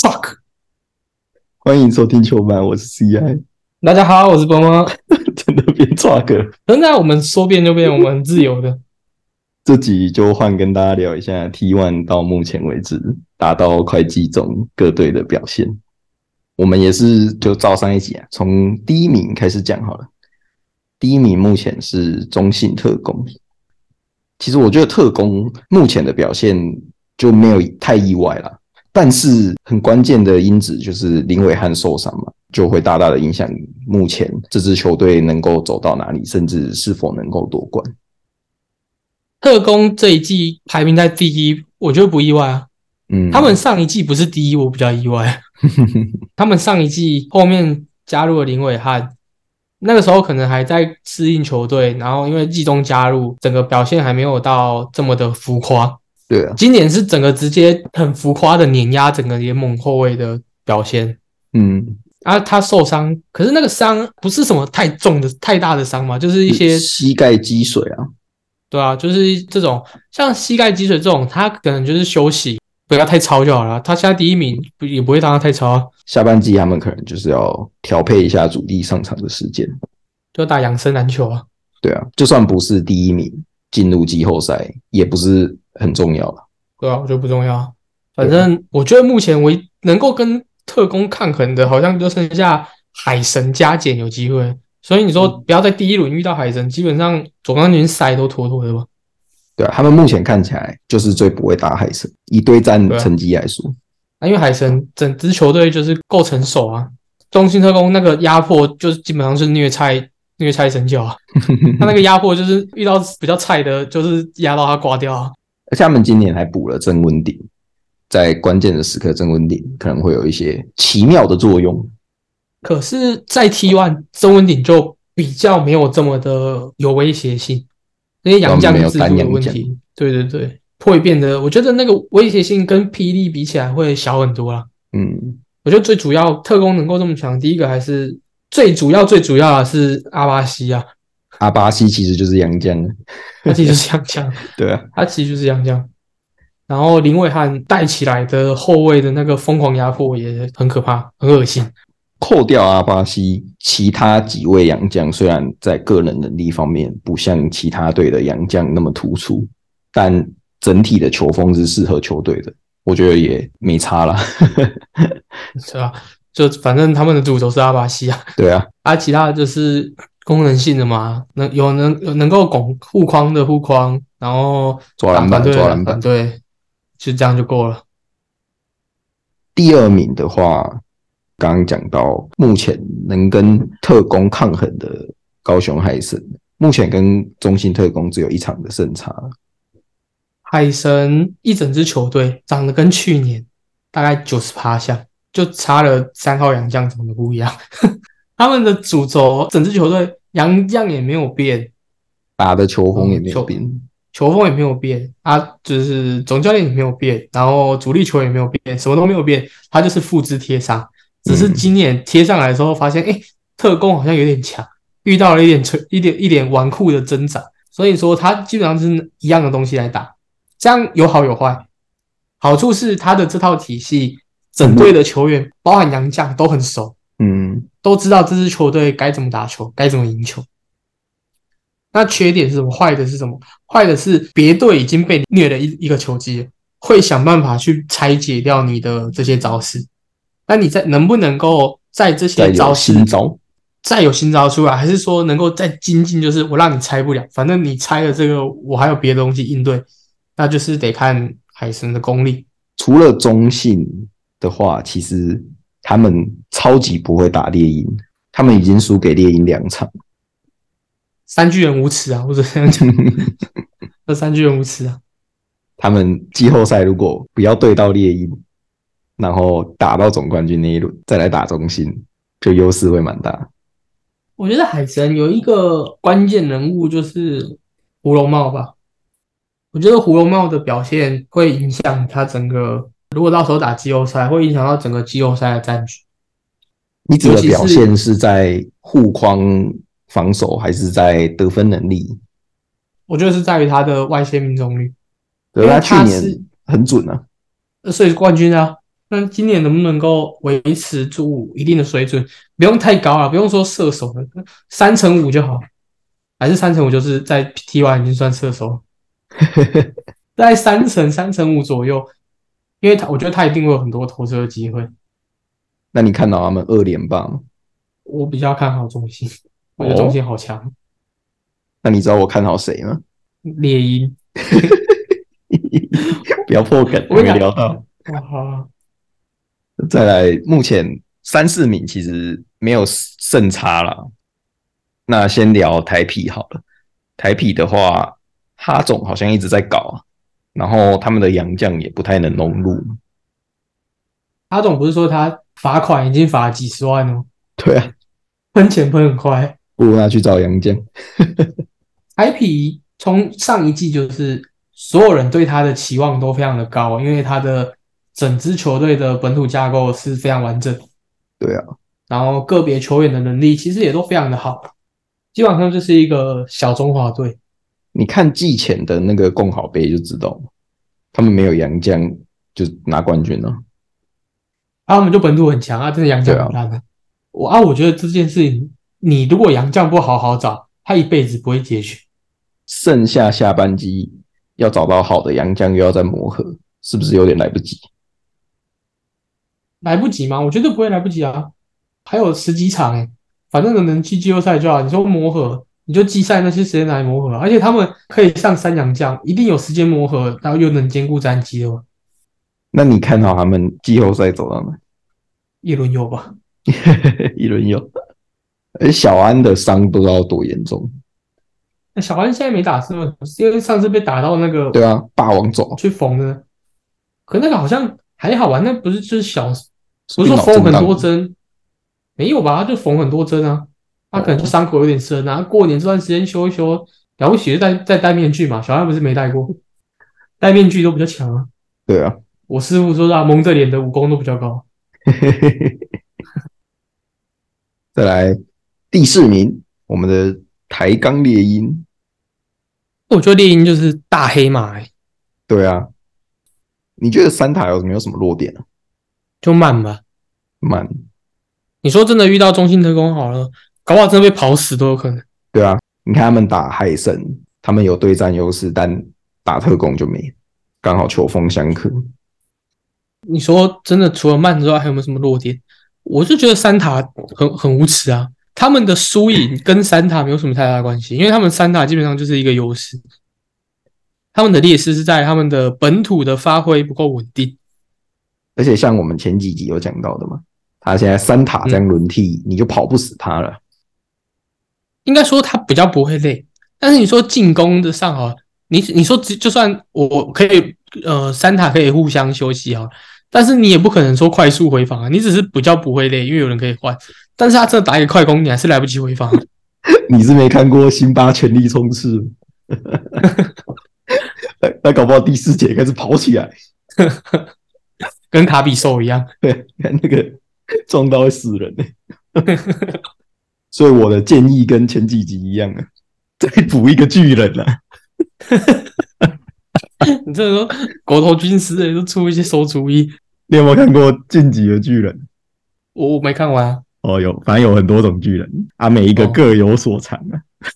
Fuck！ 欢迎收听球板，我是 CI。 大家好，我是邦邦。 真的变 truck， 现在我们说变就变，我们很自由的。 这集就换跟大家聊一下 T1 到目前为止打到快季中各队的表现。我们也是就照上一集啊，从第一名开始讲好了。第一名目前是中信特攻。其实我觉得特攻目前的表现就没有太意外啦，但是很关键的因子就是林伟汉受伤嘛，就会大大的影响目前这支球队能够走到哪里，甚至是否能够夺冠。 特攻这一季排名在第一，我觉得不意外啊。他们上一季不是第一，我比较意外。他们上一季后面加入了林伟汉，那个时候可能还在适应球队，然后因为季中加入，整个表现还没有到这么的浮夸。 对啊， 今年是整个直接很浮夸的碾压整个联盟后卫的表现。他受伤，可是那个伤不是什么太重的、太大的伤嘛，就是一些膝盖积水啊。 对啊，就是这种像膝盖积水这种，他可能就是休息，不要太超就好了。他现在第一名也不会让他太超啊。 下半季他们可能就是要调配一下主力上场的时间， 就打养生篮球啊。 对啊，就算不是第一名进入季后赛，也不是很重要了。 对啊，我觉得不重要。反正我觉得目前能够跟特攻抗衡的，好像就剩下海神加减有机会。所以你说不要在第一轮遇到海神，基本上总冠军赛都妥妥的吧？ 对啊，他们目前看起来就是最不会打海神，以对战成绩来说。 因为海神整支球队就是够成熟啊，中信特攻那个压迫就是基本上是虐菜神教啊，他那个压迫就是遇到比较菜的，就是压到他挂掉啊。 而且他们今年还补了曾文鼎，在关键的时刻，曾文鼎可能会有一些奇妙的作用。 可是，在 T1 曾文鼎就比较没有这么的有威胁性，那些洋将制度的问题，对，会变得，我觉得那个威胁性跟霹雳比起来会小很多啦。我觉得最主要特攻能够这么强，第一个还是最主要的是阿巴西啊。 阿巴西其实就是洋将， 他其实就是洋将， 对啊， 他其实就是洋将。然后林伟汉带起来的后卫的那个疯狂压迫也很可怕，很恶心。 扣掉阿巴西，其他几位洋将虽然在个人能力方面不像其他队的洋将那么突出，但整体的球风是适合球队的，我觉得也没差啦。 是吧？就反正他们的主轴是阿巴西啊， 对啊， 其他的就是功能性的嘛，能够拱护框的护框，然后抓篮板， 对，就这样就够了。 第二名的话，刚刚讲到目前能跟特攻抗衡的高雄海神，目前跟中信特攻只有一场的胜差。 海神一整支球队长得跟去年大概90%像，就差了3号洋将长得不一样。他们的主轴整支球队洋将也没有变， 打的球风也没有变， 球风也没有变啊，就是总教练也没有变，然后主力球也没有变，什么都没有变，他就是复制贴上。只是今年贴上来的时候发现，特攻好像有点强，遇到了一点纨绔的挣扎，所以说他基本上是一样的东西来打，这样有好有坏。好处是他的这套体系，整队的球员，包含洋将都很熟，都知道这支球队该怎么打球，该怎么赢球。那缺点是什么？坏的是什么？坏的是别队已经被虐了一个球季，会想办法去拆解掉你的这些招式。那你能不能够在这些招式再有新招出来，还是说能够再精进？就是我让你拆不了，反正你拆了这个，我还有别的东西应对，那就是得看海神的功力。 除了中信的话，其实他们超级不会打猎鹰，他们已经输给猎鹰2场。 三巨人无耻啊！或者这样讲，这三巨人无耻啊！ 他们季后赛如果不要对到猎鹰，然后打到总冠军那一轮，再来打中信，就优势会蛮大。 我觉得海神有一个关键人物就是胡龙茂吧。我觉得胡龙茂的表现会影响他整个，如果到时候打季后赛，会影响到整个季后赛的战局。 你指的表现是在护框防守，还是在得分能力？ 我觉得是在于他的外线命中率。 对，他去年很准啊， 所以冠军啊。 那今年能不能够维持住一定的水准？不用太高了，不用说射手的3成5就好，还是3成5就是在 T1 已经算射手，在3成5左右，因为我觉得他一定会有很多投射的机会。 那你看到他们2连霸吗？ 我比较看好中信，我觉得中哦， 信好强。 那你知道我看好谁吗？ 猎鹰， 不要破梗，还没我跟你讲， 聊到。 哇，好， 再来，目前3、4名其实没有胜差啦。那先聊台啤好了。台啤的话，哈总好像一直在搞啊，然后他们的洋将也不太能融入。 阿总不是说他罚款已经罚了几十万哦， 对啊， 喷钱喷很快。 不如他去找洋将。 台啤从上一季就是所有人对他的期望都非常的高，因为他的整支球队的本土架构是非常完整， 对啊， 然后个别球员的能力其实也都非常的好，基本上就是一个小中华队。 你看季前的那个共好杯就知道，他们没有洋将就拿冠军了。 他们就本土很强啊，真的洋对啊， 将很烂啊。我觉得这件事情，你如果洋将不好好找，他一辈子不会接取。 剩下下半季要找到好的洋将，又要再磨合，是不是有点来不及？ 来不及吗？我觉得不会来不及啊，还有十几场反正能去季后赛就好。你说磨合，你就季赛那些时间来磨合，而且他们可以上三洋将，一定有时间磨合，然后又能兼顾战绩的嘛， 那你看好他们季后赛走到哪？ 一轮游吧。 一轮游。而小安的伤不知道多严重。 那小安现在没打是吗？因为上次被打到那个对啊，霸王走， 去缝的，可那个好像还好吧？那不是就是小，不是说是不是脑缝很震荡？ 多针，没有吧？他就缝很多针啊，他可能就哦， 伤口有点深啊。过年这段时间休一休，了不起就戴面具嘛。小安不是没戴过，戴面具都比较强啊。 对啊。 我师傅说他蒙着脸的武功都比较高。 再来第4名，我们的台钢猎鹰。 我觉得猎鹰就是大黑马对啊，你觉得三塔有没有什么弱点啊？ 就慢吧。 慢。 你说真的遇到中信特工好了，搞不好真的被跑死都有可能。 对啊，你看他们打海神，他们有对战优势，但打特工就没，刚好球风相克。 你说真的，除了慢之外，还有没有什么弱点？我就觉得三塔很无耻啊，他们的输赢跟三塔没有什么太大的关系，因为他们三塔基本上就是一个优势，他们的劣势是在他们的本土的发挥不够稳定。 而且像我们前几集有讲到的嘛，他现在三塔这样轮替，你就跑不死他了。 应该说他比较不会累，但是你说进攻的上好，你说就算我可以三塔可以互相休息好，但是你也不可能说快速回防啊，你只是比较不会累，因为有人可以换。但是他真的打一个快攻，你还是来不及回防啊。 你是没看过辛巴全力冲刺？他搞不好第4节开始跑起来， 跟卡比兽一样。 对，看那个撞到会死人所以我的建议跟前几集一样啊，再补一个巨人啊。 你这说狗头军师都出一些馊主意， 你有没有看过晋级的巨人？ 我没看完啊。 哦，有，反正有很多种巨人啊，每一个各有所长啊。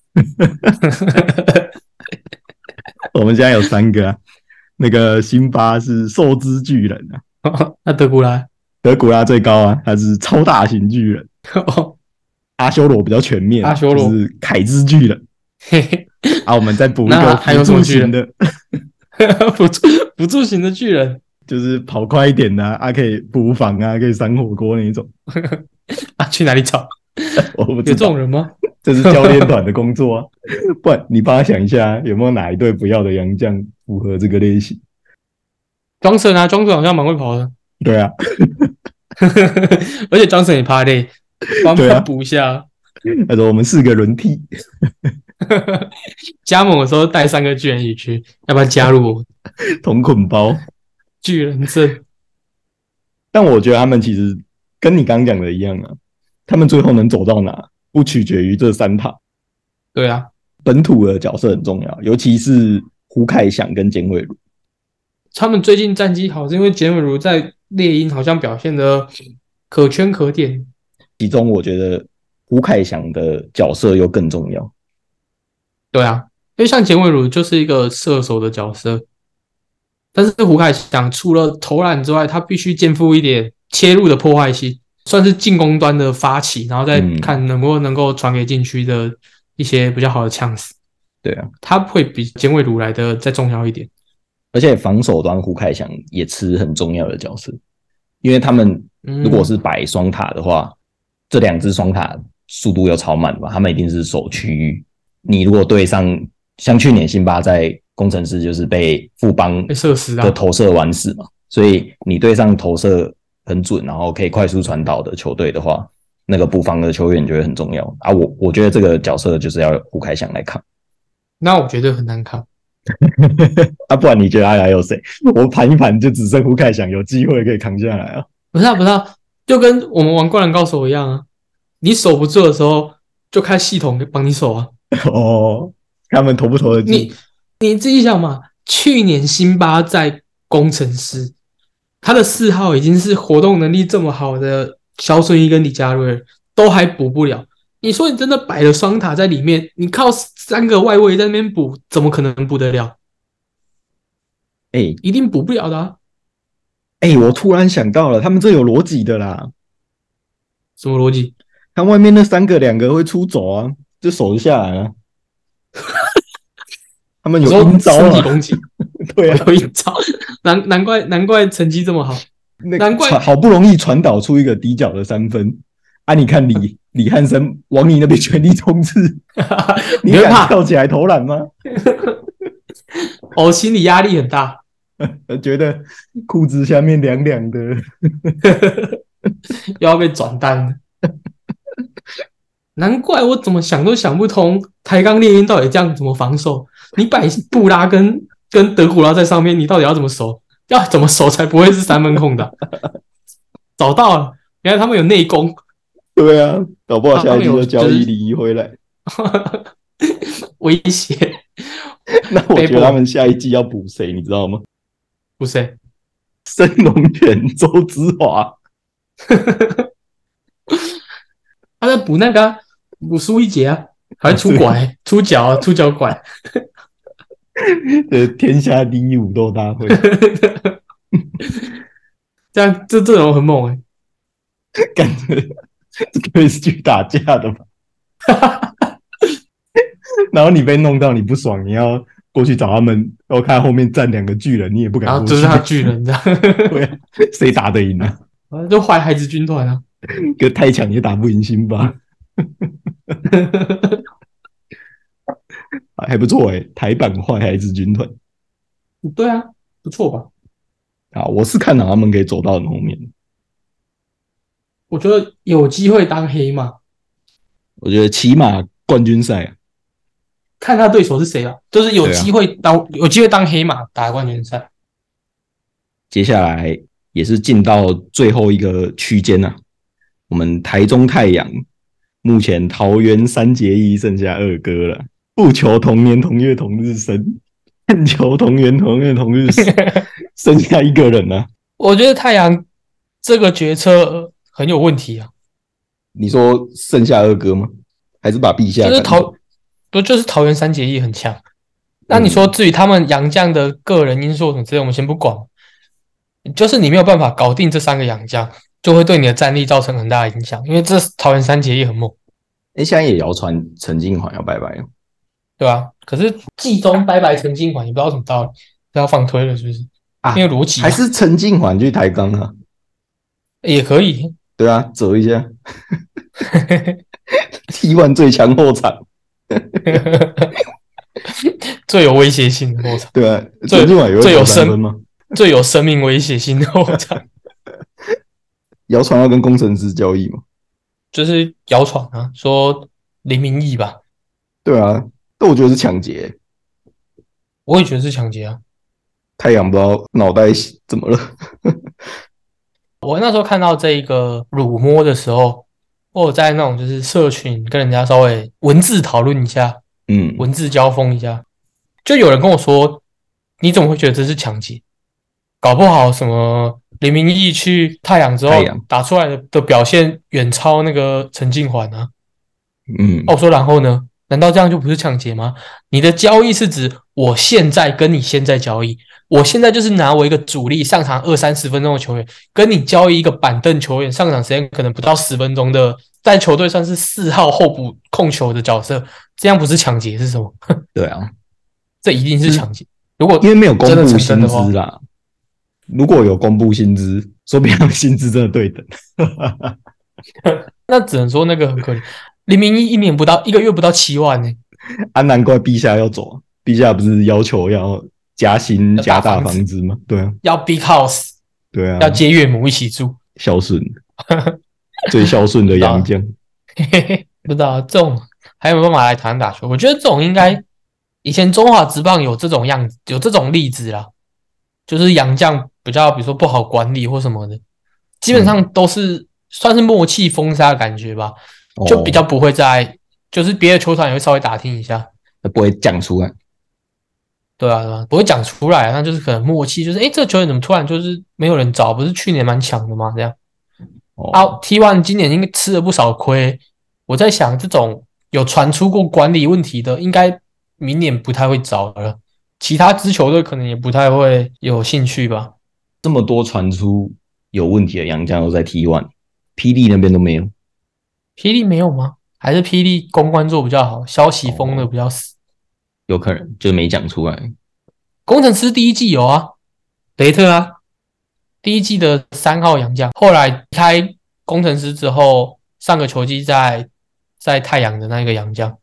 我们现在有3个啊，那个辛巴是兽之巨人啊， 那德古拉， 德古拉最高啊，他是超大型巨人。阿修罗比较全面， 阿修罗就是凯之巨人。啊，我们再补一个辅那还有什么助巨人？ 型的， 辅助型的巨人就是跑快一点的啊，可以补防啊，可以扇火锅那一种。 啊，去哪里找？ 我不有知道， 这种人吗？ 这是教练团的工作啊。不然你帮他想一下，有没有哪一队不要的洋将符合这个类型？ 庄神啊，庄神好像蛮会跑的， 对啊， 而且庄神也怕累，帮他对啊， 补一下。 他说我们4个轮替， 加盟的时候带3个巨人一起去，要不要加入我同捆包。 巨人阵？ 但我觉得他们其实跟你刚刚讲的一样啊，他们最后能走到哪，不取决于这3塔。 对啊， 本土的角色很重要，尤其是胡凯翔跟简伟儒。 他们最近战绩好，是因为简伟儒在猎鹰好像表现的可圈可点。 其中我觉得胡凯翔的角色又更重要。 对啊，因为像简伟儒就是一个射手的角色，但是胡凯翔除了投篮之外，他必须肩负一点切入的破坏性，算是进攻端的发起，然后再看能够传给禁区的一些比较好的呛死。 对啊， 他会比简伟儒来的再重要一点。 而且防守端胡凯翔也吃很重要的角色，因为他们如果是摆双塔的话，这两只双塔速度又超慢吧，他们一定是守区域。你如果对上像去年辛巴在工程师就是被富邦的投射玩死嘛，所以你对上投射很准，然后可以快速传导的球队的话，那个补防的球员就会很重要啊。我觉得这个角色就是要胡凯翔来扛。 那我觉得很难扛。 啊，不然你觉得还有谁？我盘一盘就只剩胡凯翔有机会可以扛下来啊。 不是啊，就跟我们玩灌篮高手一样啊，你守不住的时候就开系统帮你守啊。 哦，他们投不投得进？ 你自己想嘛，去年辛巴在工程师，他的4号已经是活动能力这么好的肖顺义跟李佳瑞都还补不了。你说你真的摆了双塔在里面，你靠3个外卫在那边补，怎么可能补得了？一定补不了的啊。 我突然想到了，他们这有逻辑的啦。 什么逻辑？ 他外面那2个会出走啊，就守得下来啊。他们有阴招啊， 身体攻击。 对啊， 有阴招，难怪成绩这么好。难怪好不容易传导出一个底角的3分啊！你看李汉生往你那边全力冲刺，你敢跳起来投篮吗？ 我心理压力很大， 觉得裤子下面凉凉的， 又要被转单了。难怪我怎么想都想不通，台钢猎鹰到底这样怎么防守？你摆布拉跟德古拉在上面，你到底要怎么守？要怎么守才不会是3分空的？找到了，原来他们有内功。 对啊，搞不好下一季就交易李仪回来， 威胁。 那我觉得他们下一季要补谁，你知道吗？ 补谁？ 申龙泉、周之华。 他在补那个补苏一杰啊，还出拐、出脚拐。 天下第一武斗大会。 这种很猛感觉这可以是去打架的吧？然后你被弄到你不爽，你要过去找他们，然后看后面站2个巨人，你也不敢过去。 然后就是他巨人这样。 对啊，谁打得赢啊？ 就坏孩子军团啊， 个太强也打不赢辛巴。还不错台版坏孩子军团。 对啊，不错吧？ 我是看好他们可以走到很后面。 我觉得有机会当黑马。 我觉得起码冠军赛看他对手是谁啊，就是有机会当黑马打冠军赛。 接下来也是进到最后一个区间啊，我们台中太阳目前桃园3结1，剩下2哥了。不求同年同月同日生，但求同年同月同日死，剩下1个人啊。 我觉得太阳这个决策很有问题啊。 你说剩下2哥吗？还是把陛下就是桃园3结1很强。那你说至于他们洋将的个人因素什么之类，我们先不管。就是你没有办法搞定这3个洋将，就会对你的战力造成很大的影响。因为这桃园3结1很猛。 现在也谣传陈金环要拜拜了。 对啊，可是季中拜拜陈金环也不知道什么道理，要放推了是不是？没有逻辑。 还是陈金环去台钢啊？ 也可以。 对啊，折一下。T1 最强后场。 最有威胁性的后场。 对啊，陈金环也会投3分吗？ 最有生命威胁性的后场。 谣传要跟工程师交易吗？ 就是谣传啊，说林明义吧。 对啊，但我觉得是抢劫。 我也觉得是抢劫啊。 太阳不知道脑袋怎么了。 我那时候看到这一个辱没的时候，我有在那种就是社群跟人家稍微文字讨论一下，文字交锋一下，就有人跟我说，你怎么会觉得这是抢劫？搞不好什么林明义去太阳之后打出来的表现远超那个陈敬环啊。我说然后呢？难道这样就不是抢劫吗？你的交易是指我现在跟你现在交易，我现在就是拿我一个主力上场20-30分钟的球员，跟你交易一个板凳球员上场时间可能不到10分钟的，在球队算是4号候补控球的角色，这样不是抢劫是什么？ 对啊， 这一定是抢劫。如果因为没有公布薪资啦，如果有公布薪资，说不定他们薪资真的对等。 那只能说那个很可怜。林明义1个月不到7万呢。 难怪陛下要走，陛下不是要求要加薪加大房子吗？对啊， 要 big house， 对啊， 要接岳母一起住， 孝顺，最孝顺的洋将。 不知道这种还有没有办法来台湾打球？我觉得这种应该以前中华职棒有这种样子，有这种例子啦，就是洋将比较比如说不好管理或什么的，基本上都是算是默契封杀的感觉吧，就比较不会在。就是别的球团也会稍微打听一下， 不会讲出来。 对啊，不会讲出来，那就是可能默契，就是这个球员怎么突然就是没有人找？不是去年蛮强的吗？这样。T1 今年应该吃了不少亏。我在想，这种有传出过管理问题的，应该明年不太会找了。其他支球队可能也不太会有兴趣吧。 这么多传出有问题的洋将都在 T1， 霹雳那边都没有。 霹雳没有吗？还是霹雳公关做比较好，消息封的比较死， 有可能就没讲出来。 工程师第一季有啊，雷特啊，第一季的3号洋将，后来开工程师之后，上个球季在太阳的那个洋将。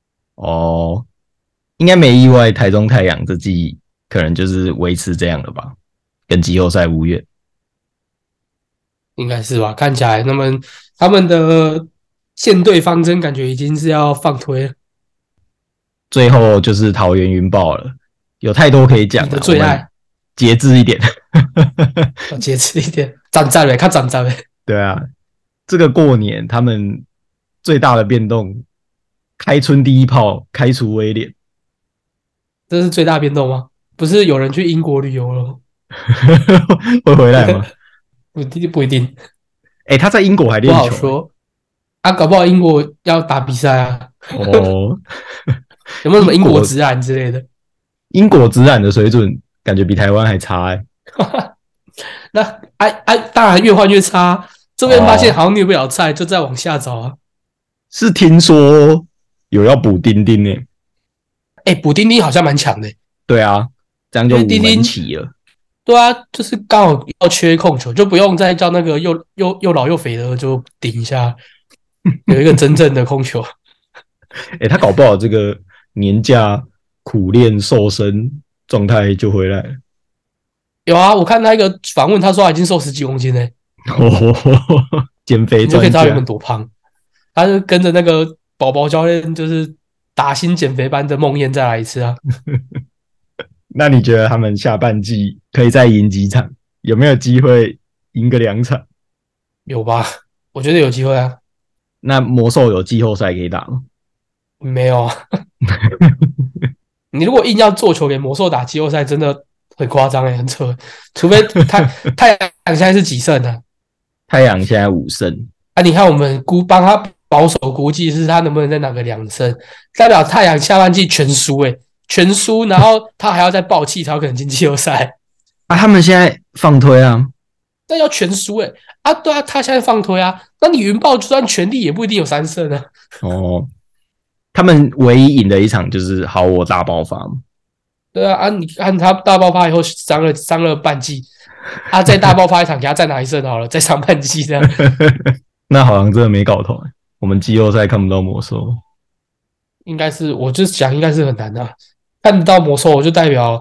应该没意外，台中太阳这季可能就是维持这样了吧，跟季后赛无缘。 应该是吧？看起来他们的舰队方针感觉已经是要放推了。 最后就是桃园云豹了，有太多可以讲了。 你的最爱， 节制一点， 节制一点，站站呗，看站站呗。 对啊，这个过年他们最大的变动，开春第一炮开除威廉， 这是最大变动吗？不是有人去英国旅游了吗？ 会回来吗？ 不一定。 他在英国还练球， 不好说。搞不好英国要打比赛啊。有没有什么英国职篮之类的？ 英国职篮的水准感觉比台湾还差那当然越换越差。这边发现好像虐不了菜，就再往下找啊。 是听说有要补丁丁补丁丁好像蛮强的。 对啊，这样就5门起了。 对啊，就是刚好要缺控球，就不用再叫那个又老又肥的就顶一下，有一个真正的控球。 他搞不好这个年假苦练瘦身状态就回来了。 有啊，我看他一个访问，他说他已经瘦10几公斤减肥专家， 你就可以知道原本多胖。他就跟着那个宝宝教练，就是打新减肥班的梦魇再来一次啊。 那你觉得他们下半季可以再赢几场？有没有机会赢个2场？ 有吧，我觉得有机会啊。 那魔兽有季后赛可以打吗？ 没有啊。你如果硬要做球给魔兽打季后赛，真的很夸张很扯。除非太阳现在是几胜呢？ 太阳现在5胜。 你看我们帮他保守估计是他能不能再拿个2胜，代表太阳下半季全输全输，然后他还要再爆气才有可能进季后赛。 他们现在放推啊， 但要全输对啊，他现在放推啊，那你云豹就算全力也不一定有3胜啊。 他们唯一赢的一场就是好我大爆发。 对啊，你看他大爆发以后伤了半季，再大爆发一场给他再拿1胜好了，再伤半季这样。 那好像真的没搞头。我们季后赛看不到魔兽， 应该是我就想应该是很难的。看得到魔兽，就代表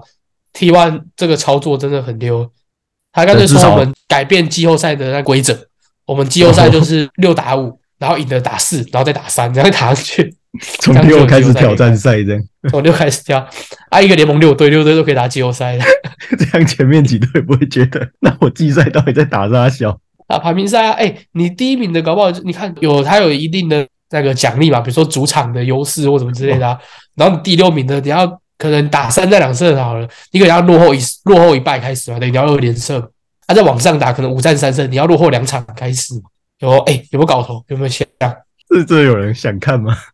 T1 这个操作真的很溜。他干脆说我们改变季后赛的那规则，我们季后赛就是6打5，然后赢的打4，然后再打3，这样打上去。 从6开始挑战赛，这样从6开始挑一个联盟6队都可以打季后赛的。 这样前面几队不会觉得，那我季赛到底在打啥小？ 排名赛你第一名的搞不好，你看他有一定的那个奖励嘛，比如说主场的优势或什么之类的然后你第6名的，你要可能打3战2胜好了，你可能要落后一败开始嘛，等于你要2连胜在网上打可能5战3胜，你要落后2场开始，有没有搞头？有没有像？ 这有人想看吗？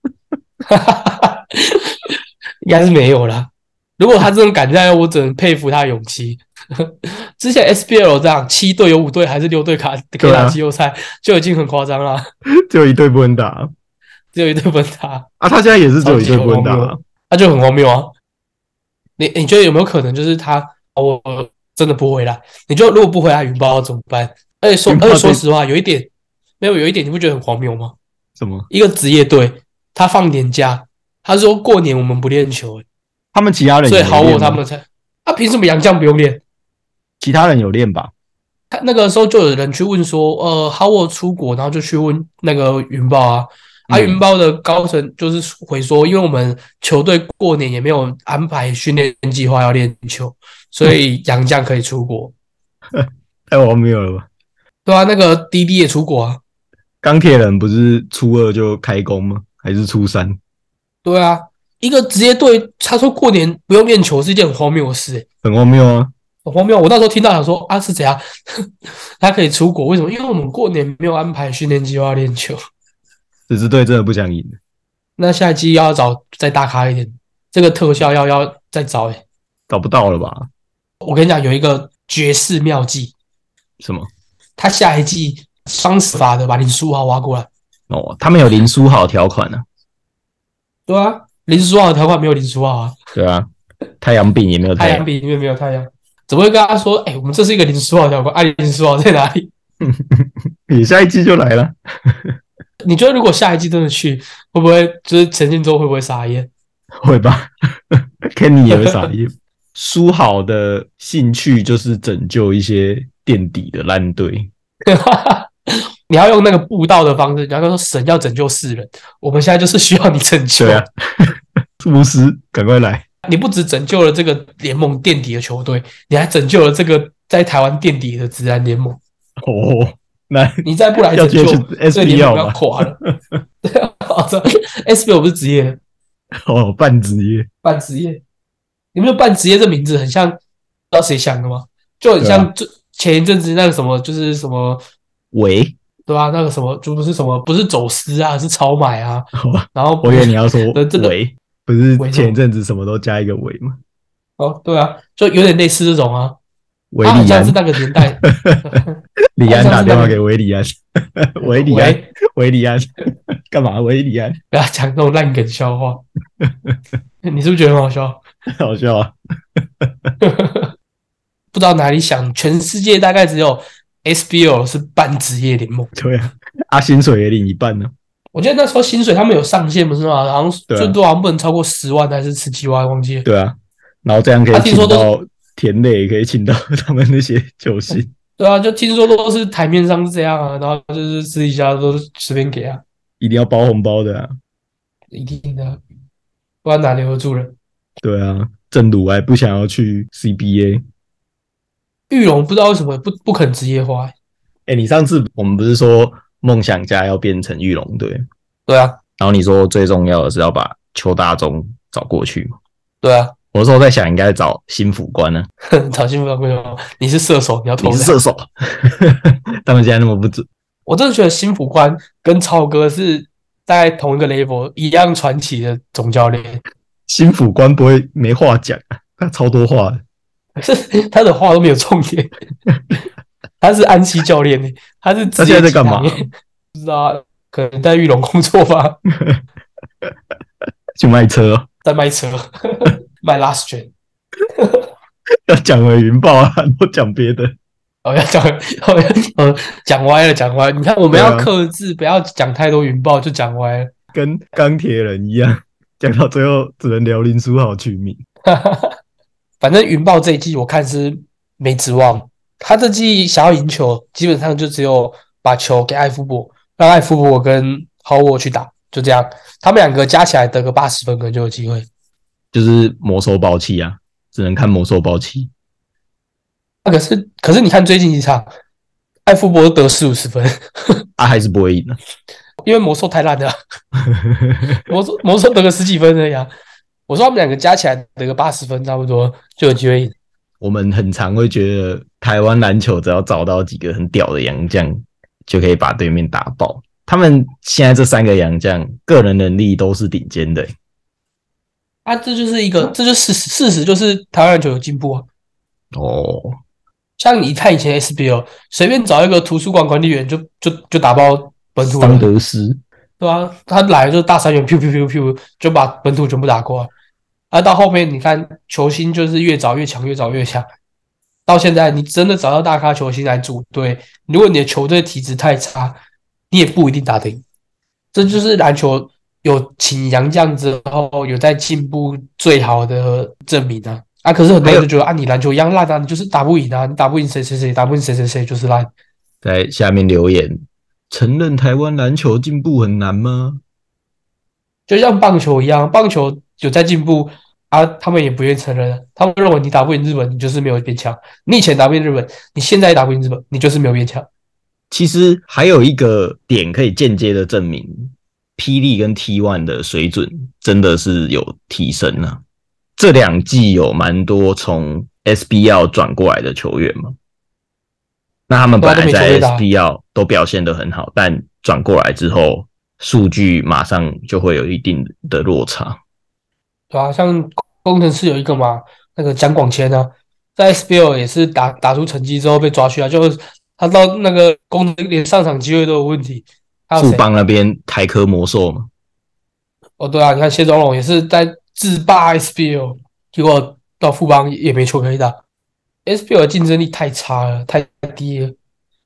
应该是没有啦。如果他这种敢这样，我只能佩服他的勇气。之前 SBL 这样7队有5队还是6队可以打季后赛，就已经很夸张了。 只有1队不能打， 只有1队不能打啊！他现在也是只有1队不能打， 那就很荒谬啊！你觉得有没有可能就是他我真的不回来？你就如果不回来，云豹要怎么办？而且说实话，有一点你不觉得很荒谬吗？ 什么？ 一个职业队他放年假，他说过年我们不练球， 他们其他人所以好我他们才凭什么洋将不用练？ 其他人有练吧？ 他那个时候就有人去问说，好我出国，然后就去问那个云豹啊。云豹的高层就是回说，因为我们球队过年也没有安排训练计划要练球，所以洋将可以出国。 太荒谬了吧？ 对啊，那个滴滴也出国啊。 钢铁人不是初2就开工吗？还是初3？ 对啊，一个职业队他说过年不用练球是一件很荒谬的事， 很荒谬啊！ 很荒谬。我那时候听到想说啊是怎样，他可以出国？为什么？因为我们过年没有安排训练计划练球。 这支队真的不想赢。 那下一季要找再大咖一点，这个特效要再找找不到了吧？ 我跟你讲，有一个绝世妙计。 什么？ 他下一季双死法的把林书豪挖过来。 哦，他们有林书豪条款呢。 对啊，林书豪的条款没有林书豪啊。 对啊，太阳饼也没有太阳饼里面没有太阳，怎么会跟他说？我们这是一个林书豪条款，林书豪在哪里？ 你下一季就来了。 你觉得如果下一季真的去，会不会就是陈建州会不会傻眼？ 会吧，Kenny 也会傻眼。书豪的兴趣就是拯救一些垫底的烂队。 你要用那个布道的方式，你要说神要拯救世人，我们现在就是需要你拯救。 对啊，巫师赶快来！ 你不只拯救了这个联盟垫底的球队，你还拯救了这个在台湾垫底的职篮联盟。 哦，那你再不来拯救，这联盟要垮了。SBL 不是职业的哦，半职业， 半职业。你们半职业这名字很像，不知道谁想的吗？就很像前一阵子那个什么，就是什么喂， 对吧？那个什么就不是什么，不是走私啊，是超买啊。然后我以为你要说喂，不是前一阵子什么都加一个喂吗？ 哦，对啊，就有点类似这种啊。 维里安像是那个年代， 李安打电话给维里安，维里安干嘛？维里安不要讲那种烂梗笑话，你是不是觉得很好笑？ 好笑啊！ 不知道哪里想，全世界大概只有 SBL 是半职业联盟。 对啊，薪水也领一半呢。 我记得那时候薪水他们有上限不是吗？好像最多好像不能超过10万还是17万，忘记了。 对啊，然后这样可以请到田磊，可以请到他们那些球星。 对啊，就听说都是台面上是这样啊，然后就是私底下都是随便给啊。 一定要包红包的啊！ 一定的，不然哪留得住人？ 对啊，正鲁还不想要去 CBA。 玉龙不知道为什么不肯职业化。 你上次我们不是说梦想家要变成玉龙队？ 对啊， 然后你说最重要的是要把邱大中找过去。 对啊， 我那时候在想应该找新辅官呢。 找新辅官为什么？你是射手，你要投。 你是射手，他们现在那么不准。 我真的觉得新辅官跟超哥是在同一个 level 一样传奇的总教练。 新辅官不会没话讲，他超多话的。 可是他的话都没有重点。他是安西教练，他是他现在在干嘛？ 不知道，可能在玉龙工作吧。 去卖车哦， 在卖车，卖 Last Gen。 要讲回云豹啊，都讲别的。 要讲歪了，讲歪。你看，我们要克制，不要讲太多云豹，就讲歪了。 跟钢铁人一样，讲到最后只能聊林书豪取名。 反正云豹这一季我看是没指望，他这季想要赢球，基本上就只有把球给艾夫伯，让艾夫伯跟豪沃去打，就这样。他们2个加起来得个80分，可能就有机会。 就是魔兽爆气啊，只能看魔兽爆气。 可是你看最近几场，艾夫伯得40-50分， 还是不会赢的， 因为魔兽太烂了。魔兽得个10几分而已啊。我说他们2个加起来得个80分，差不多就有机会赢。 我们很常会觉得台湾篮球只要找到几个很屌的洋将，就可以把对面打爆。他们现在这3个洋将个人能力都是顶尖的。 这就是事实，就是台湾篮球有进步啊。 哦， 像你看以前 SBL， 随便找一个图书馆管理员就打爆本土了。 桑德斯， 对啊，他来就是大三元，噗噗噗噗，就把本土全部打过。到后面你看球星就是越找越强，越找越强。到现在你真的找到大咖球星来组队，如果你的球队体质太差，你也不一定打得赢。这就是篮球有请洋将之后有在进步最好的证明啊！可是很多人就觉得你篮球一样烂啊，你就是打不赢啊，你打不赢谁谁谁，打不赢谁谁谁就是烂。 在下面留言，承认台湾篮球进步很难吗？ 就像棒球一样，棒球有在进步啊，他们也不愿意承认，他们认为你打不赢日本，你就是没有变强。你以前打不赢日本，你现在打不赢日本，你就是没有变强。 其实还有一个点可以间接的证明，霹雳跟 T1 的水准真的是有提升啊。这2季有蛮多从 SBL 转过来的球员嘛，那他们本来在 SBL 都表现得很好，但转过来之后，数据马上就会有一定的落差。 对啊，像工程师有一个嘛，那个蒋广谦啊，在 SBL 也是打出成绩之后被抓去啊，就是他到那个工程连上场机会都有问题。 富邦那边台科魔兽嘛， 对啊，你看谢宗龙也是在制霸 SBL， 结果到富邦也没球可以打。SBL 的竞争力太差了，太低了。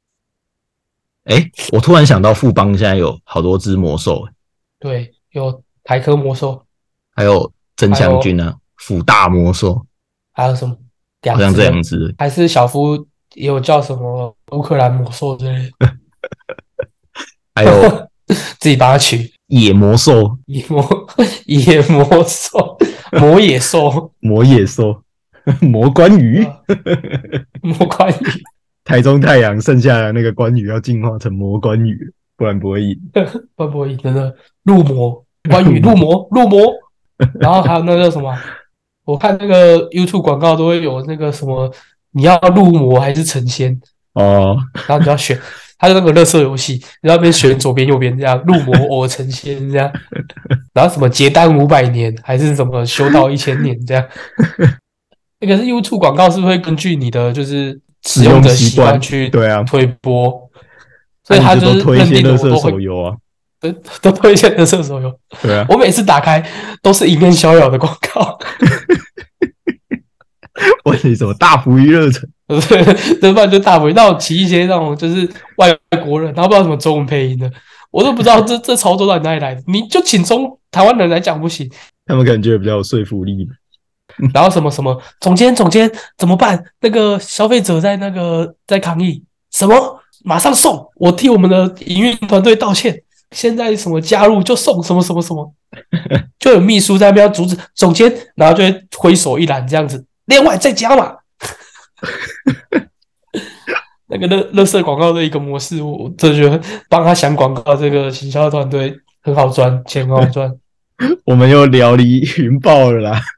我突然想到富邦现在有好多只魔兽， 对，有台科魔兽， 还有曾强军啊，辅大魔兽， 还有什么？ 好像这样子， 还是小夫也有叫什么乌克兰魔兽之类的， 还有自己帮他取野魔兽， 野魔兽，魔野兽， 魔野兽，魔关羽， 魔关羽。 台中太阳剩下的那个关羽要进化成魔关羽，不然不会赢。 不会赢，真的入魔关羽入魔。然后还有那个什么，我看那个 YouTube 广告都会有那个什么，你要入魔还是成仙哦， 然后你要选，它就那个垃圾游戏，你要边选左边右边这样入魔偶成仙这样，然后什么结丹500年还是什么修道1000年这样。那个是 YouTube 广告是不是会根据你的就是使用者习惯去推播？所以他就是推一些垃圾手游啊， 都推一些垃圾手游。 对啊， 我每次打开都是迎面逍遥的广告。 问你什么大福娱乐城？ 对，不然就大福，那种骑一些那种就是外国人，然后不知道什么中文配音的，我都不知道这操作到底哪里来的。你就请台湾人来讲不行？ 他们感觉比较有说服力。 然后什么总监怎么办？那个消费者在抗议，什么马上送，我替我们的营运团队道歉。现在什么加入就送什么，就有秘书在那边要阻止总监，然后就会挥手一拦这样子，另外再加嘛。那个垃圾广告的一个模式，我真的觉得帮他想广告这个行销团队很好赚，钱很好赚。 我们又聊离云豹了啦。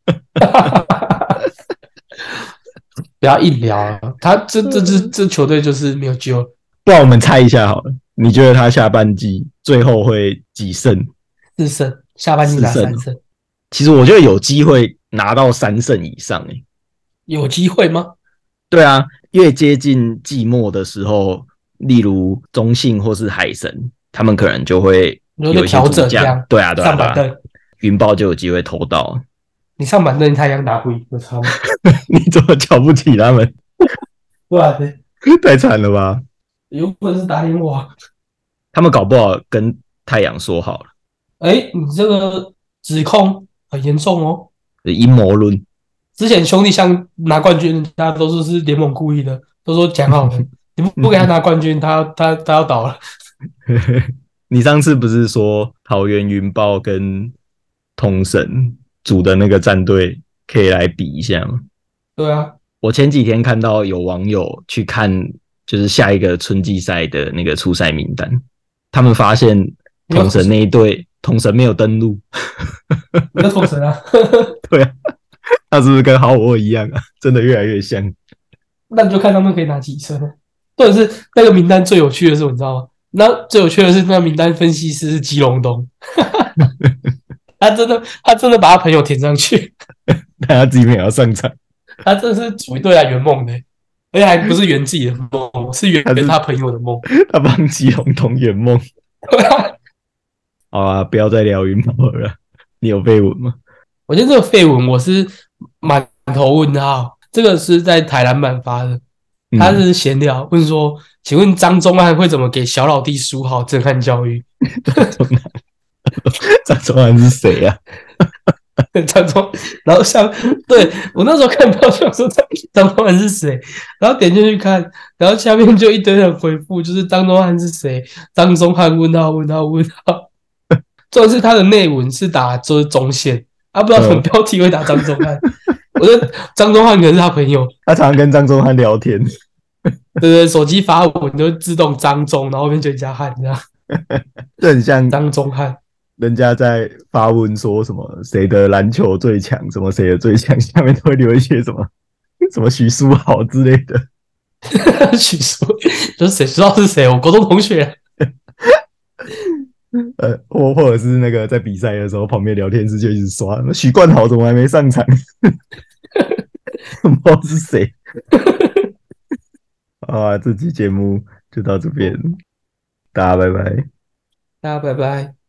不要硬聊啊！他这球队就是没有救。 不然我们猜一下好了，你觉得他下半季最后会几胜 ？4胜，下半季拿3胜。 其实我觉得有机会拿到3胜以上诶。 有机会吗？ 对啊，越接近季末的时候，例如中信或是海神，他们可能就会有一些主将。对啊， 上板凳， 云豹就有机会投到。 你上板凳，太阳打不赢，有差吗？ 你怎么瞧不起他们？ 不然呢？ 太惨了吧！ 有本事打脸我。 他们搞不好跟太阳说好了。 你这个指控很严重哦。 阴谋论。 之前兄弟象拿冠军，人家都是联盟故意的，都说讲好的，你不给他拿冠军，他要倒了。 你上次不是说桃园云豹跟统神组的那个战队可以来比一下吗？ 对啊， 我前几天看到有网友去看，就是下一个春季赛的那个出赛名单，他们发现统神那一队统神没有登录。 你的统神啊？ 对啊， 他是不是跟好我一样啊？真的越来越像。 那你就看他们可以拿几胜了。或者是那个名单最有趣的是，你知道吗？那最有趣的是，那个名单分析师是基隆东，他真的把他朋友填上去， 但他自己没有要上场， 他真的是组一队来圆梦的，而且还不是圆自己的梦，是圆他朋友的梦。 他帮基隆东圆梦。好啊，不要再聊云豹了。你有绯闻吗？ 我觉得这个绯闻我是满头问号，这个是在台南版发的，他是闲聊问说，请问张宗翰会怎么给小老弟输好震撼教育？ 张宗翰是谁啊？ 张宗，然后对我那时候看到想说张宗翰是谁，然后点进去看，然后下面就一堆人回复，就是张宗翰是谁？张宗翰问号。重点是他的内文是打就是中线，不知道什么标题会打张宗翰。我觉得张宗翰可能是他朋友， 他常常跟张宗翰聊天。 对，手机发文就自动张宗，然后后面就加汉这样， 这很像张宗翰。 人家在发文说什么谁的篮球最强，什么谁的最强，下面都会留一些什么许书豪之类的。 许书就是谁知道是谁？我国中同学。 或者是那个在比赛的时候，旁边聊天室就一直刷许冠豪怎么还没上场，不知道是谁。好啊，这期节目就到这边，大家拜拜。 大家拜拜。